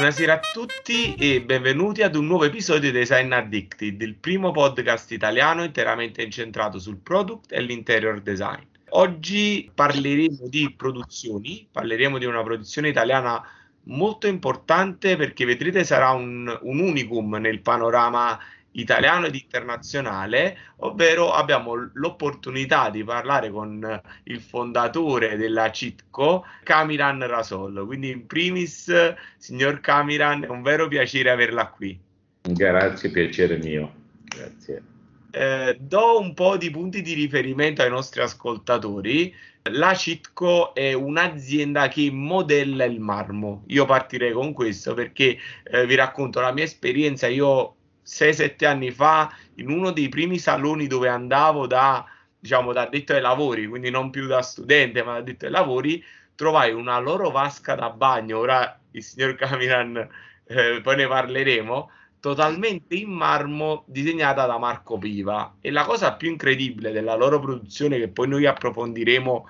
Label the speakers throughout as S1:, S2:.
S1: Buonasera a tutti e benvenuti ad un nuovo episodio di Design Addicted, il primo podcast italiano interamente incentrato sul product e l'interior design. Oggi parleremo di produzioni, parleremo di una produzione italiana molto importante perché vedrete sarà un unicum nel panorama italiano ed internazionale, ovvero abbiamo l'opportunità di parlare con il fondatore della Citco, Camiran Rasol. Quindi in primis, signor Camiran, è un vero piacere averla qui.
S2: Grazie, piacere mio. Grazie.
S1: Do un po' di punti di riferimento ai nostri ascoltatori. La Citco è un'azienda che modella il marmo. Io partirei con questo perché vi racconto la mia esperienza. Io 6-7 anni fa, in uno dei primi saloni dove andavo da addetto ai lavori, quindi non più da studente, ma da addetto ai lavori, trovai una loro vasca da bagno. Ora il signor Camiran, poi ne parleremo, totalmente in marmo, disegnata da Marco Piva. E la cosa più incredibile della loro produzione, che poi noi approfondiremo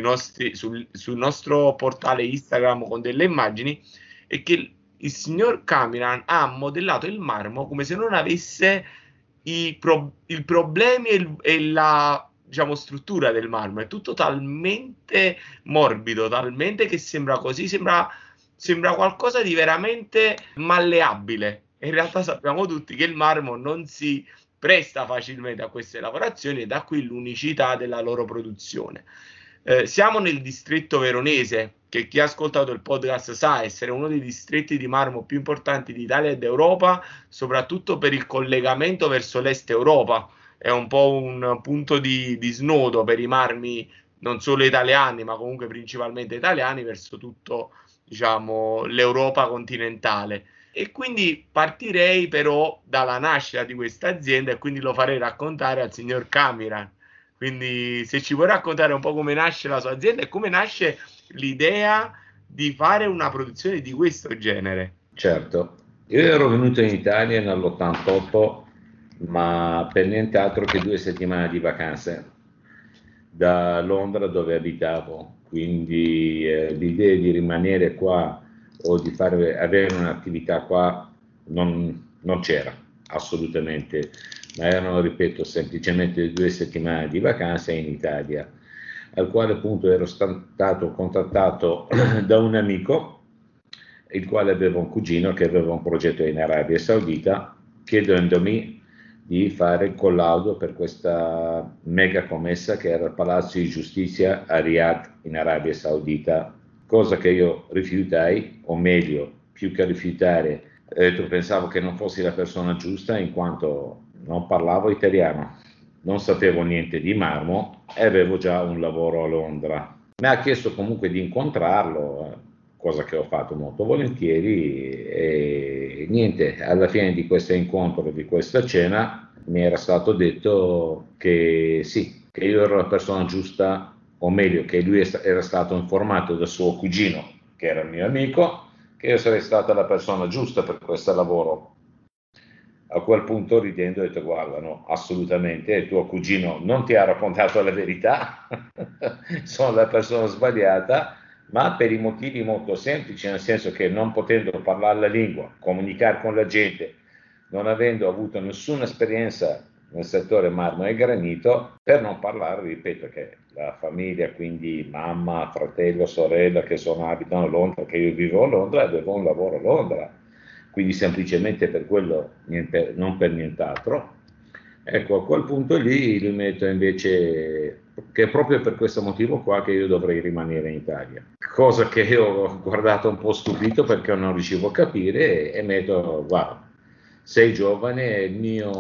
S1: sul nostro portale Instagram con delle immagini, è che il signor Camiran ha modellato il marmo come se non avesse i problemi e la struttura del marmo. È tutto talmente morbido, talmente che sembra così, sembra qualcosa di veramente malleabile. In realtà sappiamo tutti che il marmo non si presta facilmente a queste lavorazioni e da qui l'unicità della loro produzione. Siamo nel distretto veronese, che chi ha ascoltato il podcast sa essere uno dei distretti di marmo più importanti d'Italia e d'Europa, soprattutto per il collegamento verso l'est Europa. È un po' un punto di snodo per i marmi non solo italiani, ma comunque principalmente italiani, verso tutto l'Europa continentale. E quindi partirei però dalla nascita di questa azienda e quindi lo farei raccontare al signor Camiran. Quindi se ci vuoi raccontare un po' come nasce la sua azienda e come nasce l'idea di fare una produzione di questo genere.
S2: Certo, io ero venuto in Italia nell'88, ma per nient'altro che 2 settimane di vacanze da Londra dove abitavo, quindi l'idea di rimanere qua o di avere un'attività qua non c'era assolutamente, ma erano, ripeto, semplicemente 2 settimane di vacanze in Italia, al quale appunto ero stato contattato da un amico, il quale aveva un cugino che aveva un progetto in Arabia Saudita, chiedendomi di fare il collaudo per questa mega commessa che era il Palazzo di Giustizia a Riyadh in Arabia Saudita, cosa che io rifiutai, o meglio, più che rifiutare, pensavo che non fossi la persona giusta in quanto non parlavo italiano, non sapevo niente di marmo e avevo già un lavoro a Londra. Mi ha chiesto comunque di incontrarlo, cosa che ho fatto molto volentieri, e niente, alla fine di questo incontro, di questa cena, mi era stato detto che sì, che io ero la persona giusta, o meglio, che lui era stato informato da suo cugino, che era il mio amico, che io sarei stata la persona giusta per questo lavoro. A quel punto, ridendo, ho detto: guarda, no, assolutamente, tuo cugino non ti ha raccontato la verità, sono la persona sbagliata, ma per i motivi molto semplici, nel senso che non potendo parlare la lingua, comunicare con la gente, non avendo avuto nessuna esperienza nel settore marmo e granito, per non parlare, ripeto, che la famiglia, quindi mamma, fratello, sorella che abitano a Londra, che io vivo a Londra, avevo un lavoro a Londra, quindi semplicemente per quello, non per nient'altro. Ecco, a quel punto lì lui mi ha detto invece che è proprio per questo motivo qua che io dovrei rimanere in Italia, cosa che io ho guardato un po' stupito perché non riuscivo a capire, e mi ha detto: guarda, sei giovane, il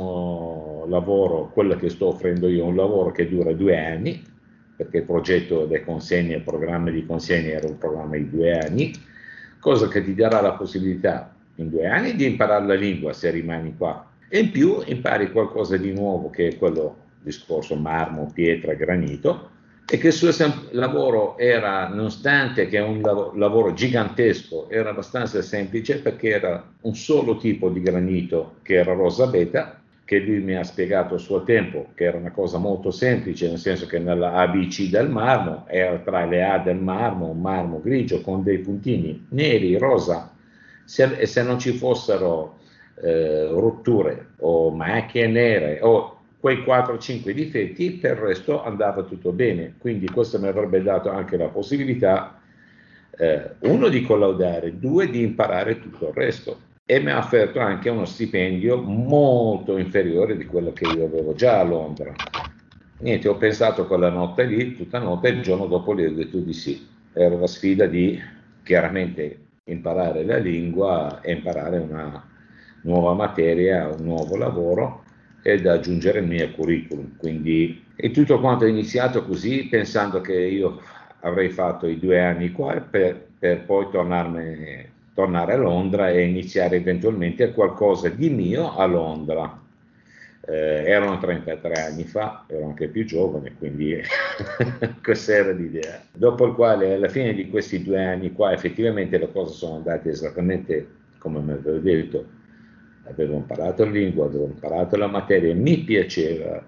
S2: mio lavoro, quello che sto offrendo io, è un lavoro che dura 2 anni, perché il progetto delle consegne, il programma di consegne era un programma di 2 anni, cosa che ti darà la possibilità in 2 anni di imparare la lingua se rimani qua, e in più impari qualcosa di nuovo, che è quello discorso marmo, pietra, granito, e che il suo lavoro era, nonostante che è un lavoro gigantesco, era abbastanza semplice perché era un solo tipo di granito che era rosa beta, che lui mi ha spiegato a suo tempo che era una cosa molto semplice, nel senso che nella ABC del marmo era tra le A del marmo un marmo grigio con dei puntini neri, rosa, se non ci fossero rotture o macchie nere o quei 4-5 difetti, per il resto andava tutto bene. Quindi questo mi avrebbe dato anche la possibilità, uno, di collaudare, due, di imparare tutto il resto. E mi ha offerto anche uno stipendio molto inferiore di quello che io avevo già a Londra. Niente, ho pensato quella notte lì, tutta notte, e il giorno dopo gli ho detto di sì. Era la sfida di chiaramente imparare la lingua e imparare una nuova materia, un nuovo lavoro ed aggiungere il mio curriculum. Quindi e tutto quanto è iniziato così, pensando che io avrei fatto i 2 anni qua per poi tornare a Londra e iniziare eventualmente qualcosa di mio a Londra. Erano 33 anni fa, ero anche più giovane, quindi questa era l'idea. Dopo il quale, alla fine di questi 2 anni qua, effettivamente le cose sono andate esattamente come mi avevo detto. Avevo imparato la lingua, avevo imparato la materia, mi piaceva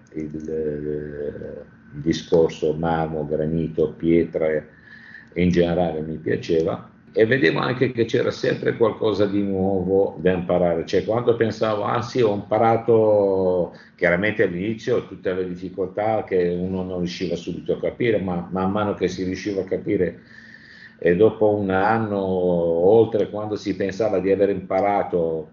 S2: il discorso marmo, granito, pietre, in generale mi piaceva, e vedevo anche che c'era sempre qualcosa di nuovo da imparare. Cioè, quando pensavo, ah sì, ho imparato, chiaramente all'inizio tutte le difficoltà che uno non riusciva subito a capire, ma man mano che si riusciva a capire, e dopo un anno, oltre, quando si pensava di aver imparato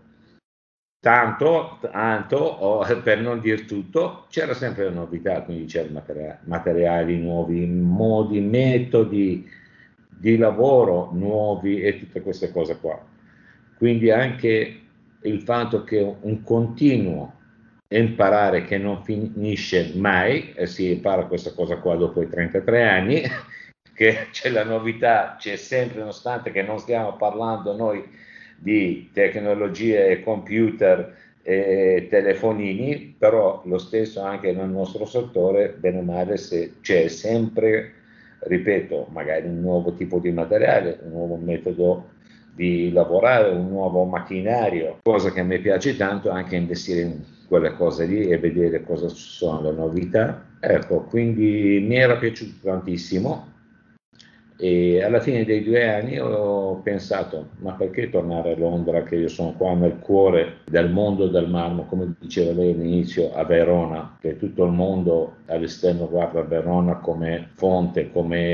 S2: tanto, per non dir tutto, c'era sempre la novità, quindi c'erano materiali nuovi, modi, metodi di lavoro nuovi e tutte queste cose qua. Quindi anche il fatto che un continuo imparare che non finisce mai, e si impara questa cosa qua dopo i 33 anni, che c'è la novità, c'è sempre, nonostante che non stiamo parlando noi di tecnologie e computer e telefonini, però lo stesso anche nel nostro settore, bene o male, se c'è sempre, ripeto, magari un nuovo tipo di materiale, un nuovo metodo di lavorare, un nuovo macchinario, cosa che a me piace tanto, anche investire in quelle cose lì e vedere cosa sono le novità. Ecco, quindi mi era piaciuto tantissimo. E alla fine dei 2 anni ho pensato, ma perché tornare a Londra, che io sono qua nel cuore del mondo del marmo, come diceva lei all'inizio, a Verona, che tutto il mondo all'esterno guarda Verona come fonte,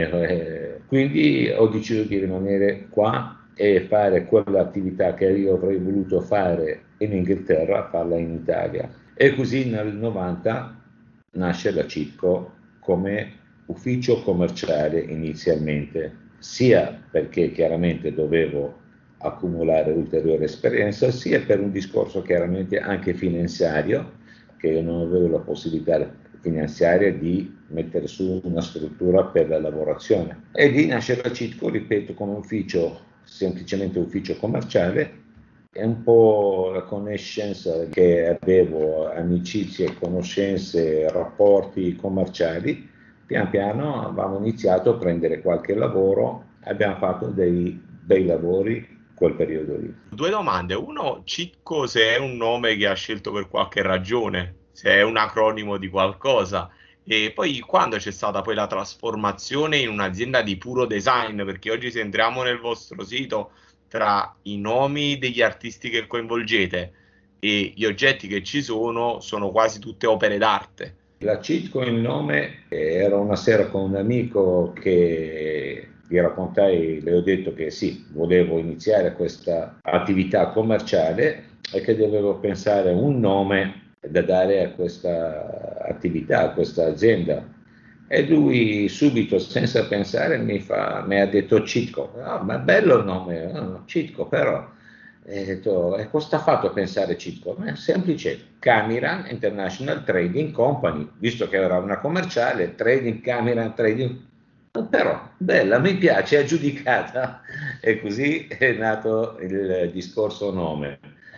S2: quindi ho deciso di rimanere qua e fare quell'attività che io avrei voluto fare in Inghilterra, farla in Italia. E così nel 90 nasce la Citco come ufficio commerciale inizialmente, sia perché chiaramente dovevo accumulare ulteriore esperienza, sia per un discorso chiaramente anche finanziario, che io non avevo la possibilità finanziaria di mettere su una struttura per la lavorazione. E lì nasce la Citco, ripeto, come ufficio, semplicemente ufficio commerciale. È un po' la conoscenza che avevo, amicizie, conoscenze, rapporti commerciali. Pian piano abbiamo iniziato a prendere qualche lavoro, abbiamo fatto dei bei lavori quel periodo lì.
S1: Due domande. Uno, Citco, se è un nome che ha scelto per qualche ragione, se è un acronimo di qualcosa. E poi quando c'è stata poi la trasformazione in un'azienda di puro design, perché oggi se entriamo nel vostro sito, tra i nomi degli artisti che coinvolgete e gli oggetti che ci sono quasi tutte opere d'arte.
S2: La Citco, il nome, era una sera con un amico che gli raccontai, le ho detto che sì, volevo iniziare questa attività commerciale e che dovevo pensare a un nome da dare a questa attività, a questa azienda. E lui subito, senza pensare, mi ha detto Citco. Ah, ma è bello il nome, Citco, però. E ho detto, e cosa sta fatto a pensare Citco? È semplice, Camiran International Trading Company, visto che era una commerciale, Trading Camiran Trading, però bella, mi piace, è aggiudicata, e così è nato il discorso nome.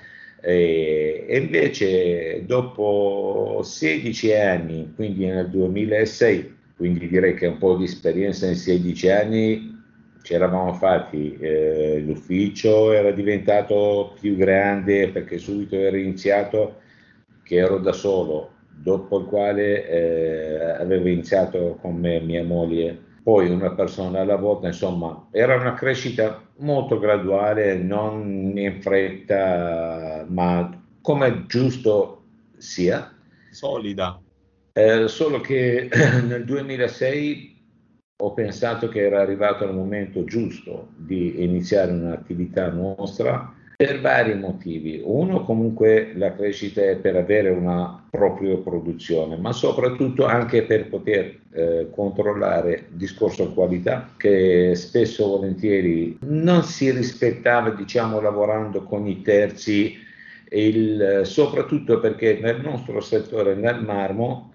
S2: E invece dopo 16 anni, quindi nel 2006, quindi direi che un po' di esperienza in 16 anni ci eravamo fatti, l'ufficio era diventato più grande perché subito era iniziato che ero da solo, dopo il quale avevo iniziato con me, mia moglie poi una persona alla volta, insomma, era una crescita molto graduale, non in fretta, ma come giusto sia.
S1: Solida.
S2: Solo che nel 2006 ho pensato che era arrivato il momento giusto di iniziare un'attività nostra per vari motivi. Uno, comunque, la crescita è per avere una propria produzione, ma soprattutto anche per poter controllare il discorso qualità, che spesso e volentieri non si rispettava, diciamo, lavorando con i terzi, soprattutto perché nel nostro settore, nel marmo,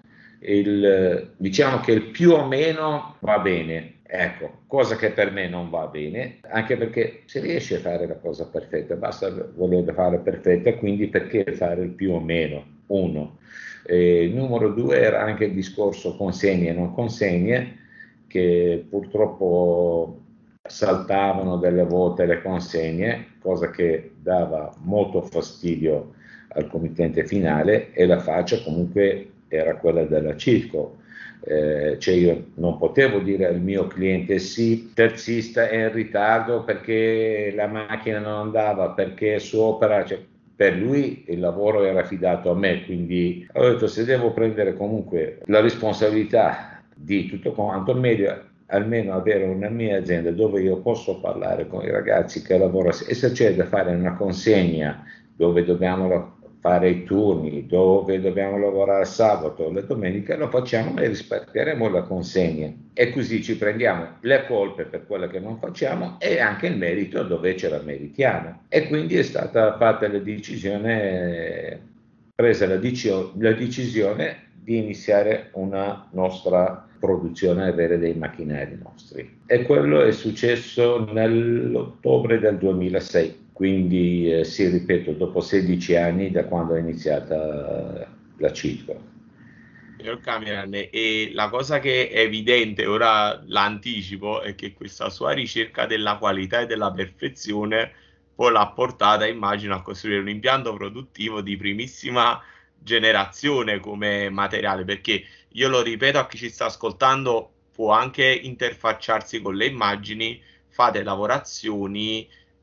S2: diciamo che il più o meno va bene, ecco, cosa che per me non va bene, anche perché si riesce a fare la cosa perfetta, basta volerla fare perfetta, quindi perché fare il più o meno? Uno. Numero due era anche il discorso consegne e non consegne, che purtroppo saltavano delle volte le consegne, cosa che dava molto fastidio al committente finale, e la faccia comunque era quella della Circo. Cioè io non potevo dire al mio cliente sì, terzista è in ritardo perché la macchina non andava, perché su opera, cioè, per lui il lavoro era affidato a me, quindi ho detto se devo prendere comunque la responsabilità di tutto quanto, meglio almeno avere una mia azienda dove io posso parlare con i ragazzi che lavorano, e se c'è da fare una consegna dove dobbiamo fare i turni, dove dobbiamo lavorare sabato, la domenica, lo facciamo e rispetteremo la consegna, e così ci prendiamo le colpe per quelle che non facciamo e anche il merito dove ce la meritiamo. E quindi è stata fatta la decisione, presa la decisione di iniziare una nostra produzione, avere dei macchinari nostri, e quello è successo nell'ottobre del 2006. Quindi sì, ripeto, dopo 16 anni da quando è iniziata la Circo.
S1: Signor Cameron, e la cosa che è evidente, ora l'anticipo, è che questa sua ricerca della qualità e della perfezione poi l'ha portata, immagino, a costruire un impianto produttivo di primissima generazione come materiale, perché io lo ripeto a chi ci sta ascoltando, può anche interfacciarsi con le immagini, fate lavorazioni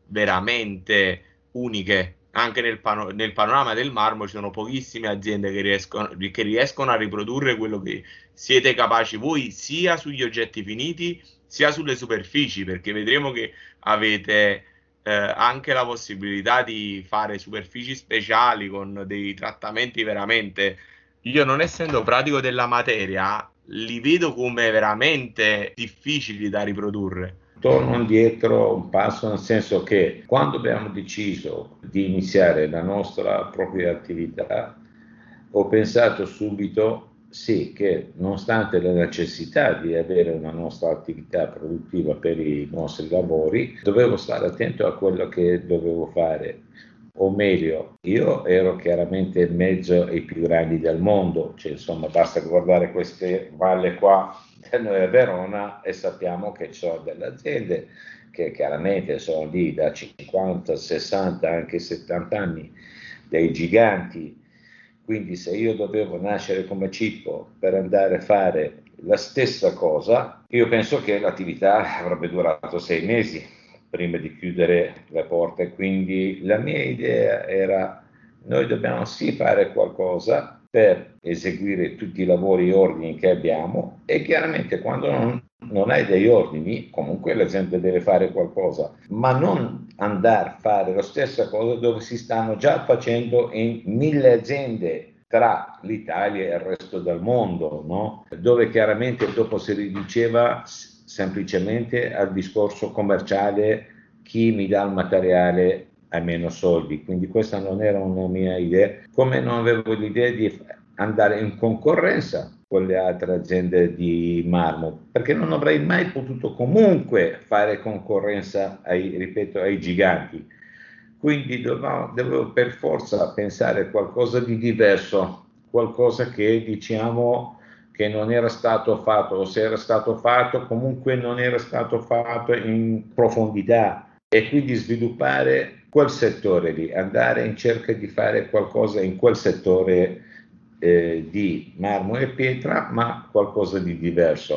S1: veramente uniche. Anche nel panorama del marmo ci sono pochissime aziende che riescono a riprodurre quello che siete capaci voi, sia sugli oggetti finiti, sia sulle superfici, perché vedremo che avete anche la possibilità di fare superfici speciali con dei trattamenti veramente. Io, non essendo pratico della materia, li vedo come veramente difficili da riprodurre.
S2: Torno indietro un passo, nel senso che quando abbiamo deciso di iniziare la nostra propria attività, ho pensato subito sì, che nonostante la necessità di avere una nostra attività produttiva per i nostri lavori, dovevo stare attento a quello che dovevo fare. O meglio, io ero chiaramente in mezzo ai più grandi del mondo, cioè, insomma, basta guardare queste valle qua da noi a Verona e sappiamo che ci sono delle aziende che chiaramente sono lì da 50, 60, anche 70 anni, dei giganti. Quindi se io dovevo nascere come Cippo per andare a fare la stessa cosa, io penso che l'attività avrebbe durato 6 mesi prima di chiudere le porte. Quindi la mia idea era: noi dobbiamo sì fare qualcosa per eseguire tutti i lavori e ordini che abbiamo, e chiaramente quando non hai degli ordini, comunque l'azienda deve fare qualcosa, ma non andare a fare la stessa cosa dove si stanno già facendo in 1000 aziende tra l'Italia e il resto del mondo, no? Dove chiaramente dopo si riduceva semplicemente al discorso commerciale: chi mi dà il materiale ha meno soldi. Quindi questa non era una mia idea, come non avevo l'idea di andare in concorrenza con le altre aziende di marmo, perché non avrei mai potuto comunque fare concorrenza ripeto, ai giganti. Quindi dovevo per forza pensare a qualcosa di diverso, qualcosa che diciamo che non era stato fatto, o se era stato fatto comunque non era stato fatto in profondità, e quindi sviluppare quel settore lì, andare in cerca di fare qualcosa in quel settore di marmo e pietra, ma qualcosa di diverso.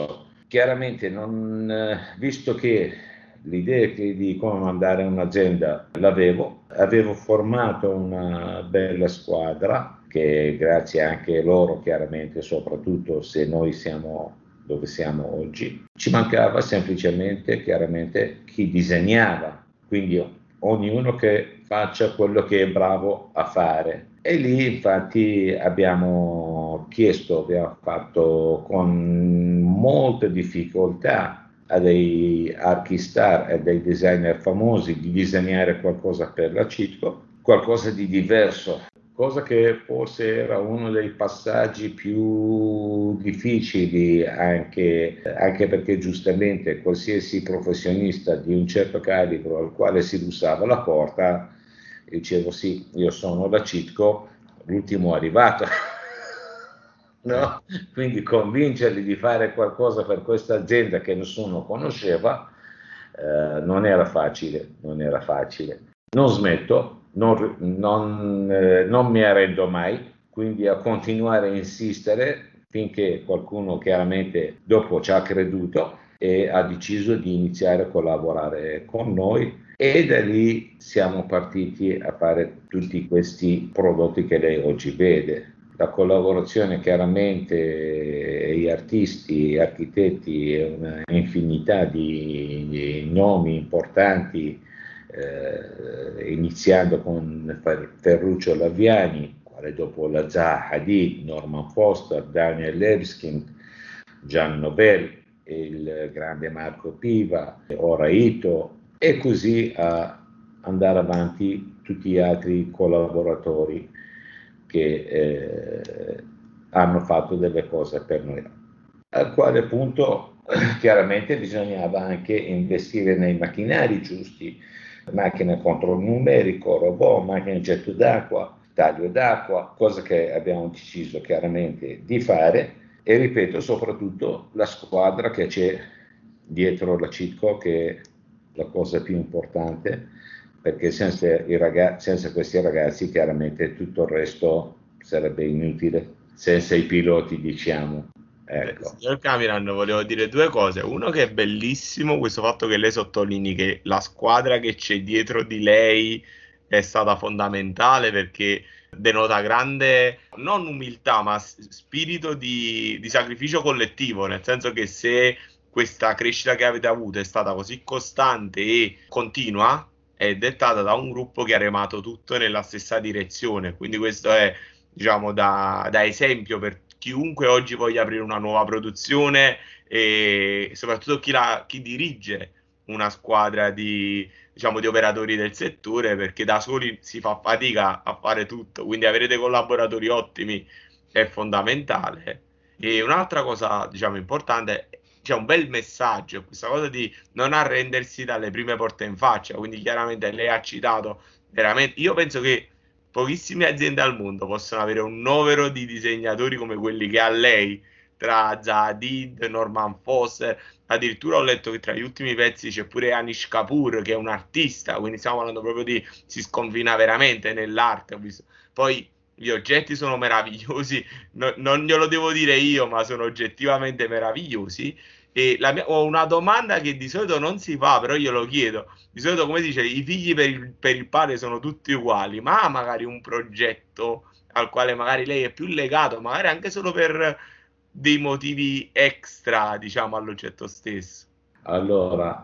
S2: chiaramente visto che l'idea di come mandare un'azienda avevo formato una bella squadra che grazie anche a loro chiaramente, soprattutto se noi siamo dove siamo oggi, ci mancava semplicemente chiaramente chi disegnava, quindi ognuno che faccia quello che è bravo a fare. E lì infatti abbiamo fatto con molte difficoltà a dei archistar e dei designer famosi di disegnare qualcosa per la Citco, qualcosa di diverso, cosa che forse era uno dei passaggi più difficili anche perché giustamente qualsiasi professionista di un certo calibro al quale si bussava la porta dicevo sì, io sono la Citco, l'ultimo arrivato. No? Quindi convincerli di fare qualcosa per questa azienda che nessuno conosceva non era facile. Non smetto, non mi arrendo mai, quindi a continuare a insistere finché qualcuno chiaramente dopo ci ha creduto e ha deciso di iniziare a collaborare con noi. E da lì siamo partiti a fare tutti questi prodotti che lei oggi vede. La collaborazione chiaramente, gli artisti, gli architetti e una infinità di nomi importanti, iniziando con Ferruccio Laviani, quale dopo la Zaha Hadid, Norman Foster, Daniel Levskin, Jean Nouvel, il grande Marco Piva, ora Ito, e così a andare avanti tutti gli altri collaboratori che hanno fatto delle cose per noi. Al quale punto chiaramente bisognava anche investire nei macchinari giusti, macchine controllo numerico, robot, macchine getto d'acqua, taglio d'acqua, cosa che abbiamo deciso chiaramente di fare. E ripeto, soprattutto la squadra che c'è dietro la Citco, che è la cosa più importante, perché senza questi ragazzi chiaramente tutto il resto sarebbe inutile, senza i piloti diciamo. Ecco.
S1: Signor Cameron, volevo dire due cose. Uno, che è bellissimo questo fatto che lei sottolinei che la squadra che c'è dietro di lei è stata fondamentale, perché denota grande, non umiltà, ma spirito di sacrificio collettivo, nel senso che se questa crescita che avete avuto è stata così costante e continua, è dettata da un gruppo che ha remato tutto nella stessa direzione. Quindi questo è, diciamo, da esempio per chiunque oggi voglia aprire una nuova produzione e soprattutto chi dirige una squadra diciamo, di operatori del settore, perché da soli si fa fatica a fare tutto, quindi avere dei collaboratori ottimi è fondamentale. E un'altra cosa, diciamo, importante, c'è un bel messaggio, questa cosa di non arrendersi dalle prime porte in faccia, quindi chiaramente lei ha citato veramente, io penso che pochissime aziende al mondo possono avere un novero di disegnatori come quelli che ha lei, tra Zaha Hadid, Norman Foster, addirittura ho letto che tra gli ultimi pezzi c'è pure Anish Kapoor, che è un artista, quindi stiamo parlando proprio si sconfina veramente nell'arte. Poi gli oggetti sono meravigliosi, non glielo devo dire io, ma sono oggettivamente meravigliosi. E ho una domanda che di solito non si fa, però io lo chiedo. Di solito, come si dice, i figli per il padre sono tutti uguali, ma ha magari un progetto al quale magari lei è più legato, magari anche solo per dei motivi extra, diciamo, all'oggetto stesso.
S2: Allora,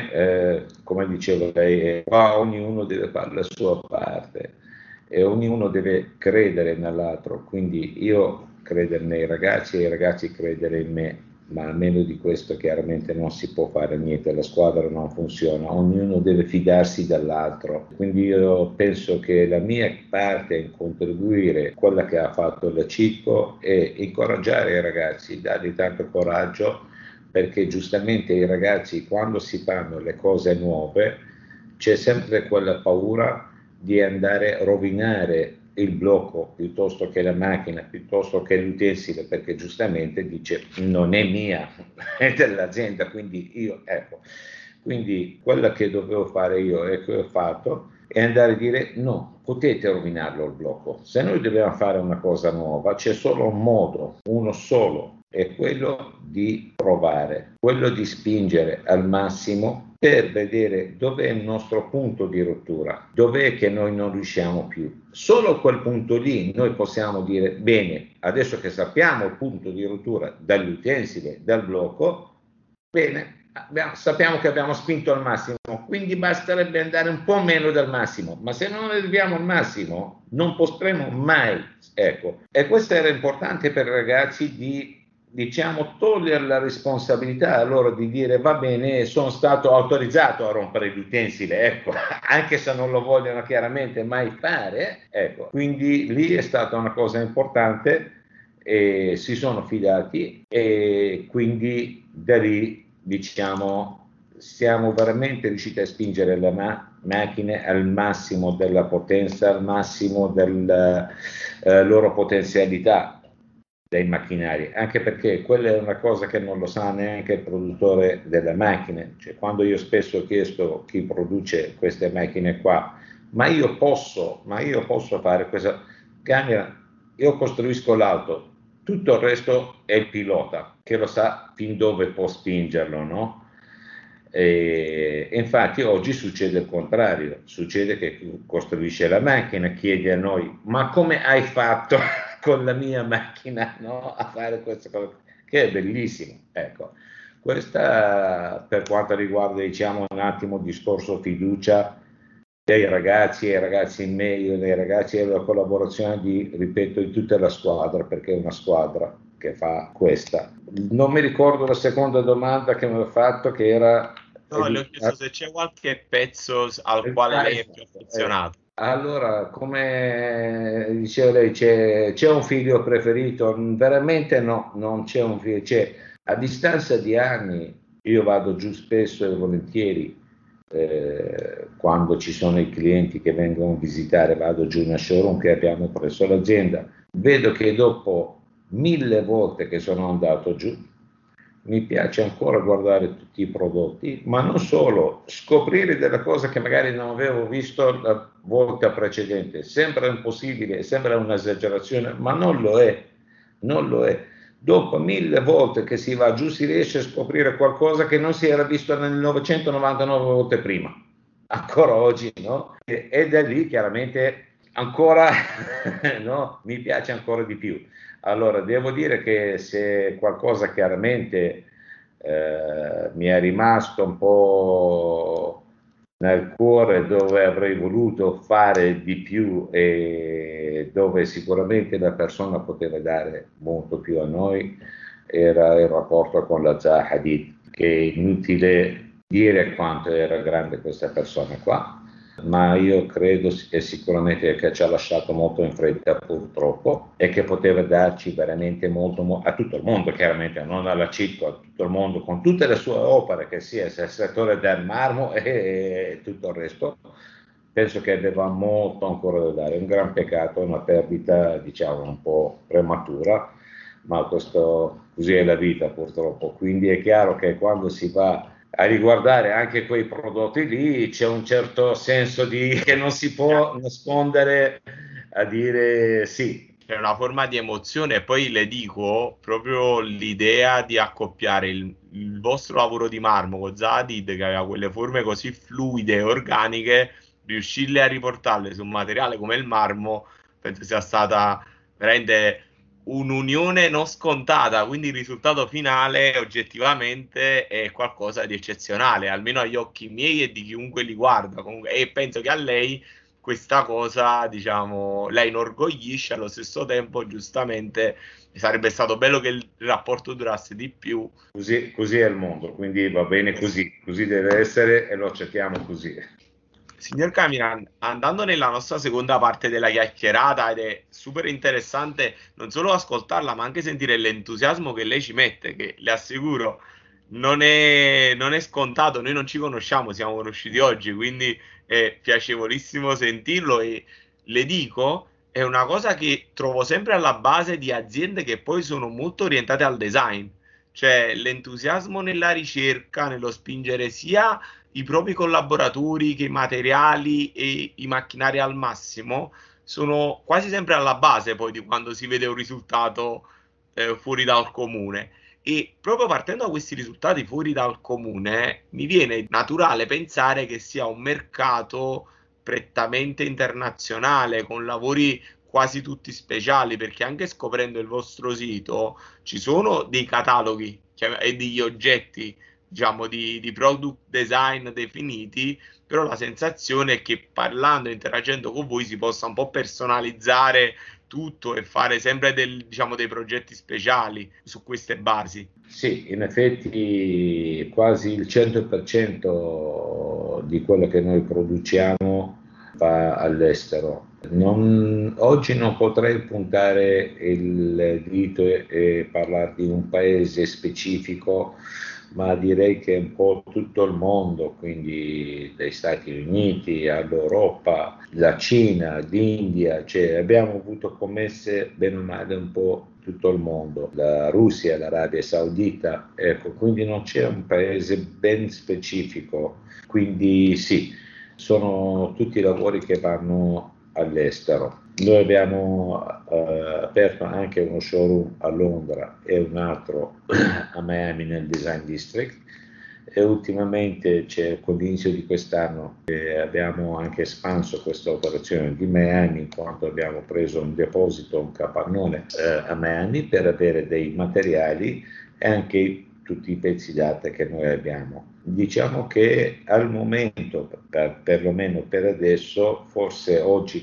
S2: come diceva lei, qua ognuno deve fare la sua parte e ognuno deve credere nell'altro, quindi io credere nei ragazzi e i ragazzi credere in me, ma almeno di questo chiaramente non si può fare niente, la squadra non funziona, ognuno deve fidarsi dall'altro, quindi io penso che la mia parte in contribuire, quella che ha fatto la Citco, è incoraggiare i ragazzi, dargli tanto coraggio, perché giustamente i ragazzi quando si fanno le cose nuove c'è sempre quella paura di andare a rovinare il blocco piuttosto che la macchina, piuttosto che l'utensile, perché giustamente dice non è mia, è dell'azienda, quindi io, ecco. Quindi quello che dovevo fare io e che ho fatto è andare a dire no, potete rovinarlo il blocco, se noi dobbiamo fare una cosa nuova c'è solo un modo, uno solo, è quello di provare, quello di spingere al massimo per vedere dov'è il nostro punto di rottura, dov'è che noi non riusciamo più. Solo a quel punto lì noi possiamo dire, bene, adesso che sappiamo il punto di rottura dall'utensile, dal blocco, bene, sappiamo che abbiamo spinto al massimo, quindi basterebbe andare un po' meno dal massimo, ma se non arriviamo al massimo non potremo mai, ecco. E questo era importante per i ragazzi di, diciamo, togliere la responsabilità a loro di dire va bene, sono stato autorizzato a rompere l'utensile, ecco, anche se non lo vogliono chiaramente mai fare, ecco. Quindi lì è stata una cosa importante e si sono fidati e quindi da lì, diciamo, siamo veramente riusciti a spingere le macchine al massimo della potenza, al massimo della loro potenzialità dei macchinari, anche perché quella è una cosa che non lo sa neanche il produttore delle macchine. Cioè, quando io spesso ho chiesto chi produce queste macchine qua, ma io posso fare questa camera, io costruisco l'auto, tutto il resto è il pilota che lo sa fin dove può spingerlo, no? E infatti oggi succede il contrario, succede che chi costruisce la macchina chiede a noi ma come hai fatto con la mia macchina, no? A fare questa cosa, che è bellissimo, ecco. Questa per quanto riguarda, diciamo, un attimo il discorso fiducia dei ragazzi e i ragazzi in meglio, dei ragazzi e la collaborazione ripeto, di tutta la squadra, perché è una squadra che fa questa. Non mi ricordo la seconda domanda che mi aveva fatto, che era...
S1: No, le ho chiesto se c'è qualche pezzo al quale lei è più affezionato.
S2: Allora, come diceva lei, c'è un figlio preferito? Veramente no, non c'è un figlio. A distanza di anni, io vado giù spesso e volentieri, quando ci sono i clienti che vengono a visitare, vado giù in una showroom che abbiamo presso l'azienda, vedo che dopo 1000 volte che sono andato giù, mi piace ancora guardare tutti i prodotti, ma non solo, scoprire delle cose che magari non avevo visto la volta precedente. Sembra impossibile, sembra un'esagerazione, ma non lo è, non lo è. Dopo 1000 volte che si va giù si riesce a scoprire qualcosa che non si era visto nel 999 volte prima, ancora oggi, no? E da lì chiaramente ancora no? Mi piace ancora di più. Allora, devo dire che se qualcosa chiaramente mi è rimasto un po' nel cuore, dove avrei voluto fare di più e dove sicuramente la persona poteva dare molto più a noi, era il rapporto con la Zaha Hadid, che è inutile dire quanto era grande questa persona qua, ma io credo che sicuramente che ci ha lasciato molto in fretta purtroppo e che poteva darci veramente molto a tutto il mondo, chiaramente non alla Citco, a tutto il mondo, con tutte le sue opere, che sia il settore del marmo e tutto il resto. Penso che aveva molto ancora da dare, un gran peccato, una perdita diciamo un po' prematura, ma questo così è la vita purtroppo, quindi è chiaro che quando si va a riguardare anche quei prodotti lì c'è un certo senso che non si può nascondere a dire sì.
S1: C'è una forma di emozione e poi le dico proprio l'idea di accoppiare il vostro lavoro di marmo con Zadid, che aveva quelle forme così fluide e organiche, riuscirle a riportarle su un materiale come il marmo, penso sia stata veramente un'unione non scontata, quindi il risultato finale oggettivamente è qualcosa di eccezionale, almeno agli occhi miei e di chiunque li guarda. Comunque, e penso che a lei questa cosa, diciamo, la inorgoglisce, allo stesso tempo, giustamente, sarebbe stato bello che il rapporto durasse di più.
S2: Così è il mondo, quindi va bene così deve essere e lo accettiamo così.
S1: Signor Camiran, andando nella nostra seconda parte della chiacchierata, ed è super interessante non solo ascoltarla, ma anche sentire l'entusiasmo che lei ci mette, che le assicuro non è scontato, noi non ci conosciamo, siamo conosciuti oggi, quindi è piacevolissimo sentirlo e le dico, è una cosa che trovo sempre alla base di aziende che poi sono molto orientate al design, cioè l'entusiasmo nella ricerca, nello spingere sia i propri collaboratori che i materiali e i macchinari al massimo sono quasi sempre alla base poi di quando si vede un risultato fuori dal comune. E proprio partendo da questi risultati fuori dal comune, mi viene naturale pensare che sia un mercato prettamente internazionale, con lavori quasi tutti speciali, perché anche scoprendo il vostro sito ci sono dei cataloghi e degli oggetti, diciamo, di product design definiti, però la sensazione è che parlando e interagendo con voi si possa un po' personalizzare tutto e fare sempre diciamo, dei progetti speciali su queste basi.
S2: Sì, in effetti quasi il 100% di quello che noi produciamo va all'estero. Oggi non potrei puntare il dito e parlare di un paese specifico, ma direi che un po' tutto il mondo, quindi dai Stati Uniti all'Europa, la Cina, l'India, cioè abbiamo avuto commesse bene o male un po' tutto il mondo, la Russia, l'Arabia Saudita, ecco, quindi non c'è un paese ben specifico, quindi sì, sono tutti lavori che vanno all'estero. Noi abbiamo aperto anche uno showroom a Londra e un altro a Miami nel Design District e ultimamente con l'inizio di quest'anno abbiamo anche espanso questa operazione di Miami in quanto abbiamo preso un deposito, un capannone a Miami per avere dei materiali e anche tutti i pezzi d'arte che noi abbiamo. Diciamo che al momento, perlomeno per adesso, forse oggi,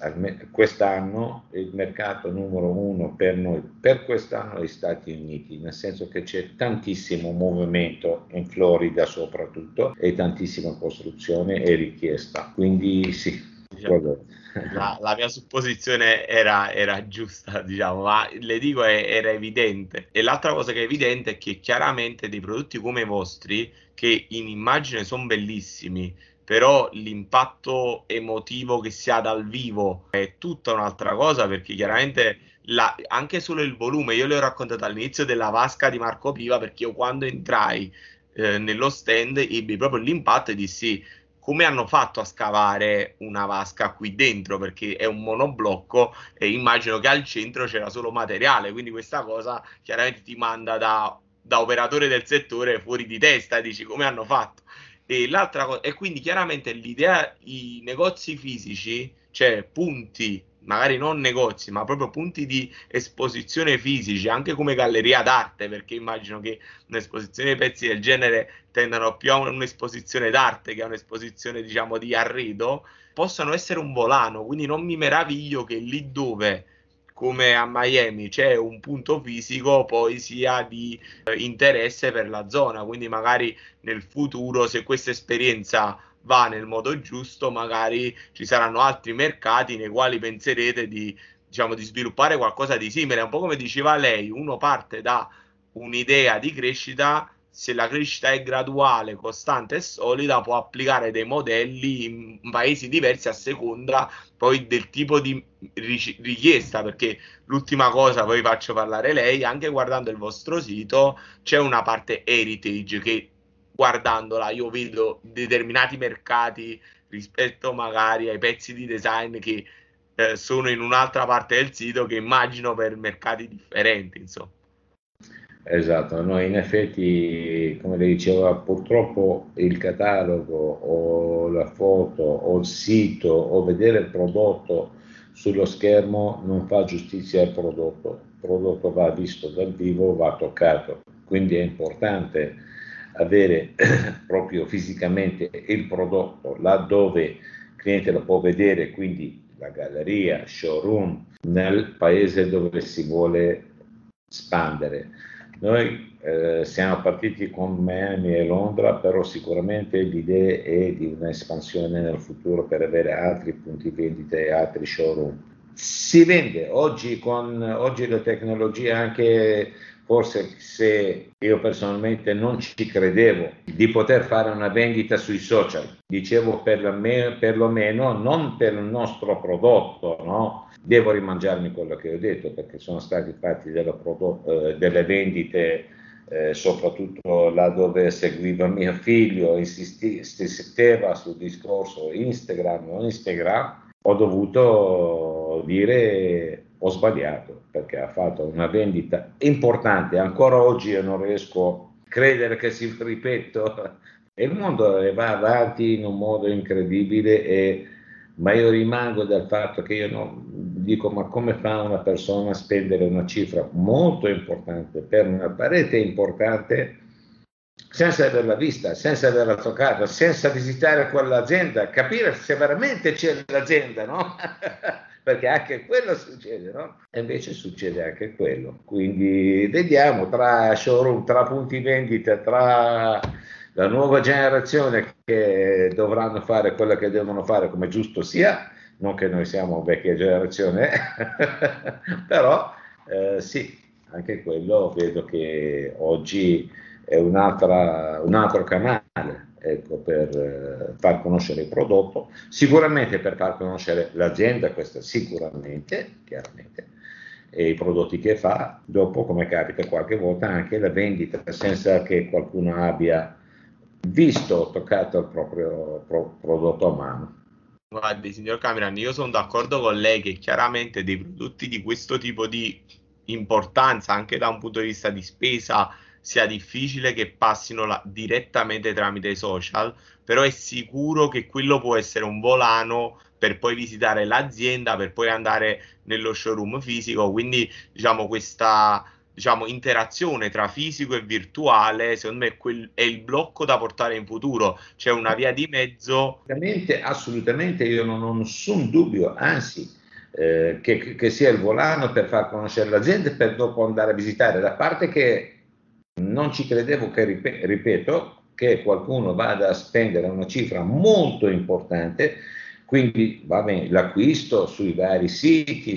S2: quest'anno, il mercato numero uno per noi per quest'anno è gli Stati Uniti, nel senso che c'è tantissimo movimento in Florida soprattutto e tantissima costruzione e richiesta. Quindi sì,
S1: Diciamo,
S2: quello.
S1: la mia supposizione era giusta, diciamo, ma le dico era evidente. E l'altra cosa che è evidente è che chiaramente dei prodotti come i vostri, che in immagine sono bellissimi, però l'impatto emotivo che si ha dal vivo è tutta un'altra cosa, perché chiaramente anche solo il volume, io le ho raccontato all'inizio della vasca di Marco Piva, perché io quando entrai nello stand ebbi proprio l'impatto e dissi come hanno fatto a scavare una vasca qui dentro, perché è un monoblocco e immagino che al centro c'era solo materiale, quindi questa cosa chiaramente ti manda da operatore del settore fuori di testa, dici come hanno fatto. E l'altra cosa, e quindi chiaramente l'idea, i negozi fisici, cioè punti, magari non negozi, ma proprio punti di esposizione fisici, anche come galleria d'arte, perché immagino che un'esposizione di pezzi del genere tendano più a un'esposizione d'arte che a un'esposizione, diciamo, di arredo, possano essere un volano. Quindi non mi meraviglio che lì dove, come a Miami, c'è un punto fisico, poi sia di interesse per la zona. Quindi magari nel futuro, se questa esperienza va nel modo giusto, magari ci saranno altri mercati nei quali penserete di, diciamo, di sviluppare qualcosa di simile. Un po' come diceva lei, uno parte da un'idea di crescita, se la crescita è graduale, costante e solida, può applicare dei modelli in paesi diversi a seconda poi del tipo di richiesta, perché l'ultima cosa, poi faccio parlare lei, anche guardando il vostro sito c'è una parte heritage che guardandola io vedo determinati mercati rispetto magari ai pezzi di design che sono in un'altra parte del sito che immagino per mercati differenti, insomma.
S2: Esatto, no, in effetti, come le dicevo, purtroppo il catalogo o la foto o il sito o vedere il prodotto sullo schermo non fa giustizia al prodotto. Il prodotto va visto dal vivo, va toccato, quindi è importante avere proprio fisicamente il prodotto là dove il cliente lo può vedere, quindi la galleria, showroom, nel paese dove si vuole espandere. Noi siamo partiti con Miami e Londra, però sicuramente l'idea è di un'espansione nel futuro per avere altri punti vendita e altri showroom. Si vende oggi la tecnologia anche, forse se io personalmente non ci credevo di poter fare una vendita sui social, dicevo perlomeno non per il nostro prodotto, no? Devo rimangiarmi quello che ho detto perché sono stati fatti delle vendite soprattutto là dove seguiva mio figlio, insisteva sul discorso Instagram, non Instagram, ho dovuto dire ho sbagliato, perché ha fatto una vendita importante. Ancora oggi io non riesco a credere che si ripeto, e il mondo va avanti in un modo incredibile, ma io rimango dal fatto che io non, dico, ma come fa una persona a spendere una cifra molto importante per una parete importante senza averla vista, senza averla toccata, senza visitare quell'azienda, capire se veramente c'è l'azienda, no? Perché anche quello succede, no? E invece succede anche quello. Quindi vediamo tra showroom, tra punti vendita, tra la nuova generazione che dovranno fare quello che devono fare come giusto sia, non che noi siamo vecchia generazione, però sì, anche quello vedo che oggi è un altro canale, ecco, per far conoscere il prodotto, sicuramente per far conoscere l'azienda, questa sicuramente, chiaramente, e i prodotti che fa, dopo come capita qualche volta anche la vendita senza che qualcuno abbia visto o toccato il proprio prodotto a mano.
S1: Guardi, signor Cameron, io sono d'accordo con lei che chiaramente dei prodotti di questo tipo di importanza, anche da un punto di vista di spesa, sia difficile che passino direttamente tramite i social, però è sicuro che quello può essere un volano per poi visitare l'azienda, per poi andare nello showroom fisico, quindi diciamo questa interazione tra fisico e virtuale, secondo me è il blocco da portare in futuro, c'è una via di mezzo.
S2: Assolutamente, assolutamente, io non ho nessun dubbio, anzi, che sia il volano per far conoscere l'azienda e per dopo andare a visitare, da parte che non ci credevo che, ripeto, che qualcuno vada a spendere una cifra molto importante, quindi va bene, l'acquisto sui vari siti,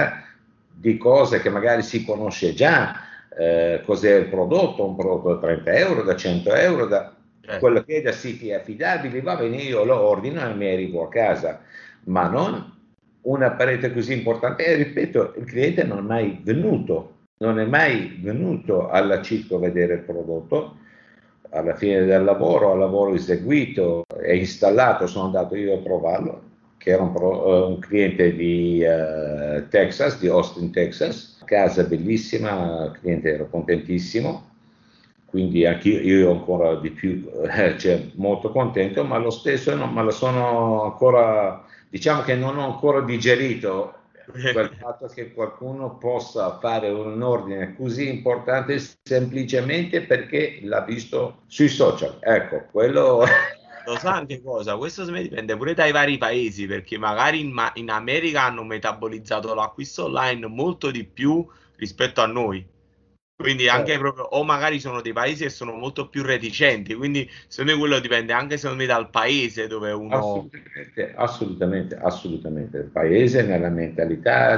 S2: di cose che magari si conosce già, cos'è il prodotto, un prodotto da 30 euro, da 100 euro, da quello che è da siti affidabili, va bene, io lo ordino e mi arrivo a casa, ma non una parete così importante. E ripeto, il cliente non è mai venuto, non è mai venuto alla Citco a vedere il prodotto. Alla fine del lavoro, al lavoro eseguito e installato, sono andato io a trovarlo, che era un cliente di Texas, di Austin, Texas, casa bellissima, il cliente era contentissimo, quindi anche io ancora di più, cioè, molto contento, ma lo stesso non me lo sono ancora, diciamo che non ho ancora digerito quel fatto che qualcuno possa fare un ordine così importante semplicemente perché l'ha visto sui social. Ecco, quello.
S1: Lo sa anche cosa? Questo secondo me dipende pure dai vari paesi, perché magari in America hanno metabolizzato l'acquisto online molto di più rispetto a noi. Quindi anche proprio, o magari sono dei paesi che sono molto più reticenti, quindi secondo me quello dipende anche secondo me dal paese dove uno.
S2: Assolutamente, assolutamente, assolutamente. Il paese nella mentalità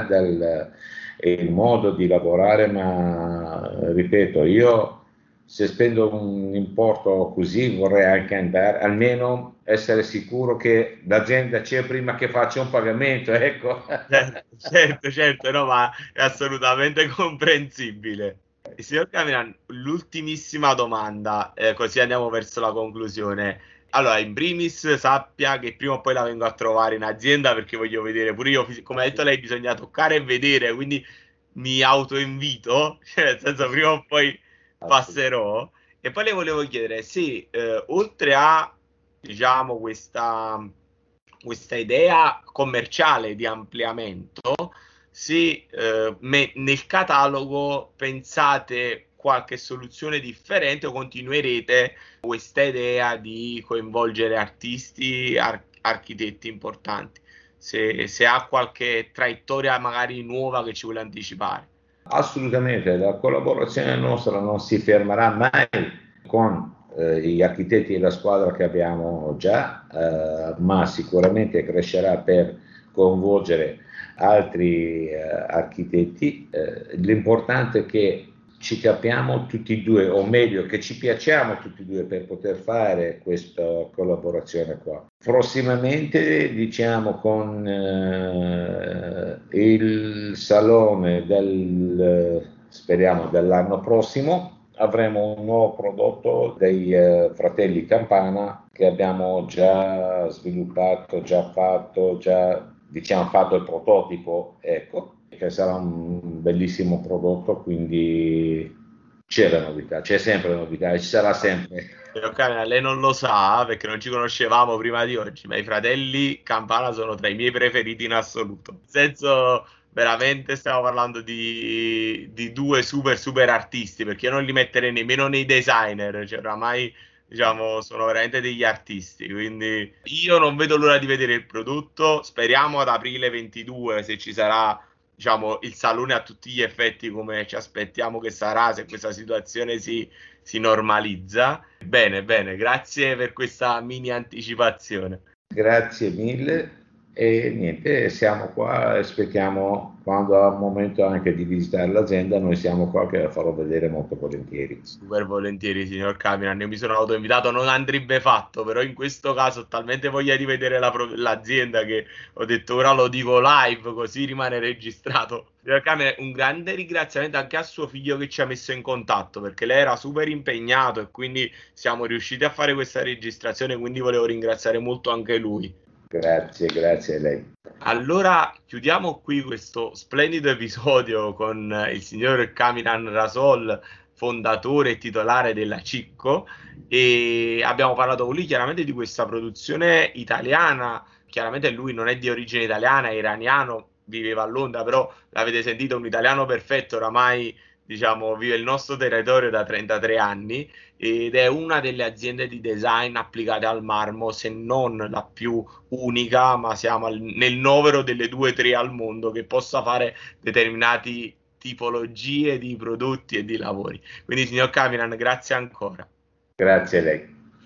S2: e il modo di lavorare, ma ripeto, io se spendo un importo così vorrei anche andare, almeno essere sicuro che l'azienda c'è prima che faccia un pagamento, ecco.
S1: Certo, certo, certo, no, ma è assolutamente comprensibile. E signor Caminan, l'ultimissima domanda, così andiamo verso la conclusione. Allora, in primis sappia che prima o poi la vengo a trovare in azienda perché voglio vedere pure io, come ha detto lei, bisogna toccare e vedere, quindi mi autoinvito, cioè nel senso prima o poi passerò. E poi le volevo chiedere se oltre a, diciamo, questa idea commerciale di ampliamento, se nel catalogo pensate qualche soluzione differente o continuerete questa idea di coinvolgere artisti, architetti importanti, se ha qualche traiettoria magari nuova che ci vuole anticipare.
S2: Assolutamente, la collaborazione nostra non si fermerà mai con gli architetti e la squadra che abbiamo già, ma sicuramente crescerà per coinvolgere altri architetti. L'importante è che ci capiamo tutti e due, o meglio, che ci piacciamo tutti e due per poter fare questa collaborazione qua. Prossimamente, diciamo, con il salone speriamo dell'anno prossimo, avremo un nuovo prodotto dei fratelli Campana che abbiamo già sviluppato, già fatto, già diciamo fatto il prototipo, ecco, che sarà un bellissimo prodotto, quindi c'è la novità, c'è sempre la novità e ci sarà sempre.
S1: Signor Camera, lei non lo sa perché non ci conoscevamo prima di oggi, ma i fratelli Campana sono tra i miei preferiti in assoluto. Nel senso, veramente stiamo parlando di due super artisti, perché io non li metterei nemmeno nei designer, cioè oramai diciamo sono veramente degli artisti, quindi io non vedo l'ora di vedere il prodotto, speriamo ad aprile 22 se ci sarà diciamo il salone a tutti gli effetti come ci aspettiamo che sarà, se questa situazione si normalizza. Bene, bene, grazie per questa mini anticipazione.
S2: Grazie mille e niente, siamo qua e aspettiamo quando ha il momento anche di visitare l'azienda, noi siamo qua che la farò vedere molto volentieri.
S1: Super volentieri, signor Caminan. Io mi sono autoinvitato, non andrebbe fatto, però in questo caso ho talmente voglia di vedere l'azienda che ho detto ora lo dico live, così rimane registrato. Signor Caminan, un grande ringraziamento anche a suo figlio che ci ha messo in contatto, perché lei era super impegnato e quindi siamo riusciti a fare questa registrazione, quindi volevo ringraziare molto anche lui.
S2: Grazie, grazie a lei.
S1: Allora chiudiamo qui questo splendido episodio con il signor Camilan Rasol, fondatore e titolare della Cicco, e abbiamo parlato con lui chiaramente di questa produzione italiana. Chiaramente lui non è di origine italiana, è iraniano, viveva a Londra, però l'avete sentito, un italiano perfetto, oramai diciamo vive il nostro territorio da 33 anni ed è una delle aziende di design applicate al marmo, se non la più unica, ma siamo nel novero delle 2 o 3 al mondo che possa fare determinate tipologie di prodotti e di lavori. Quindi, signor Caminan, grazie ancora.
S2: Grazie a lei.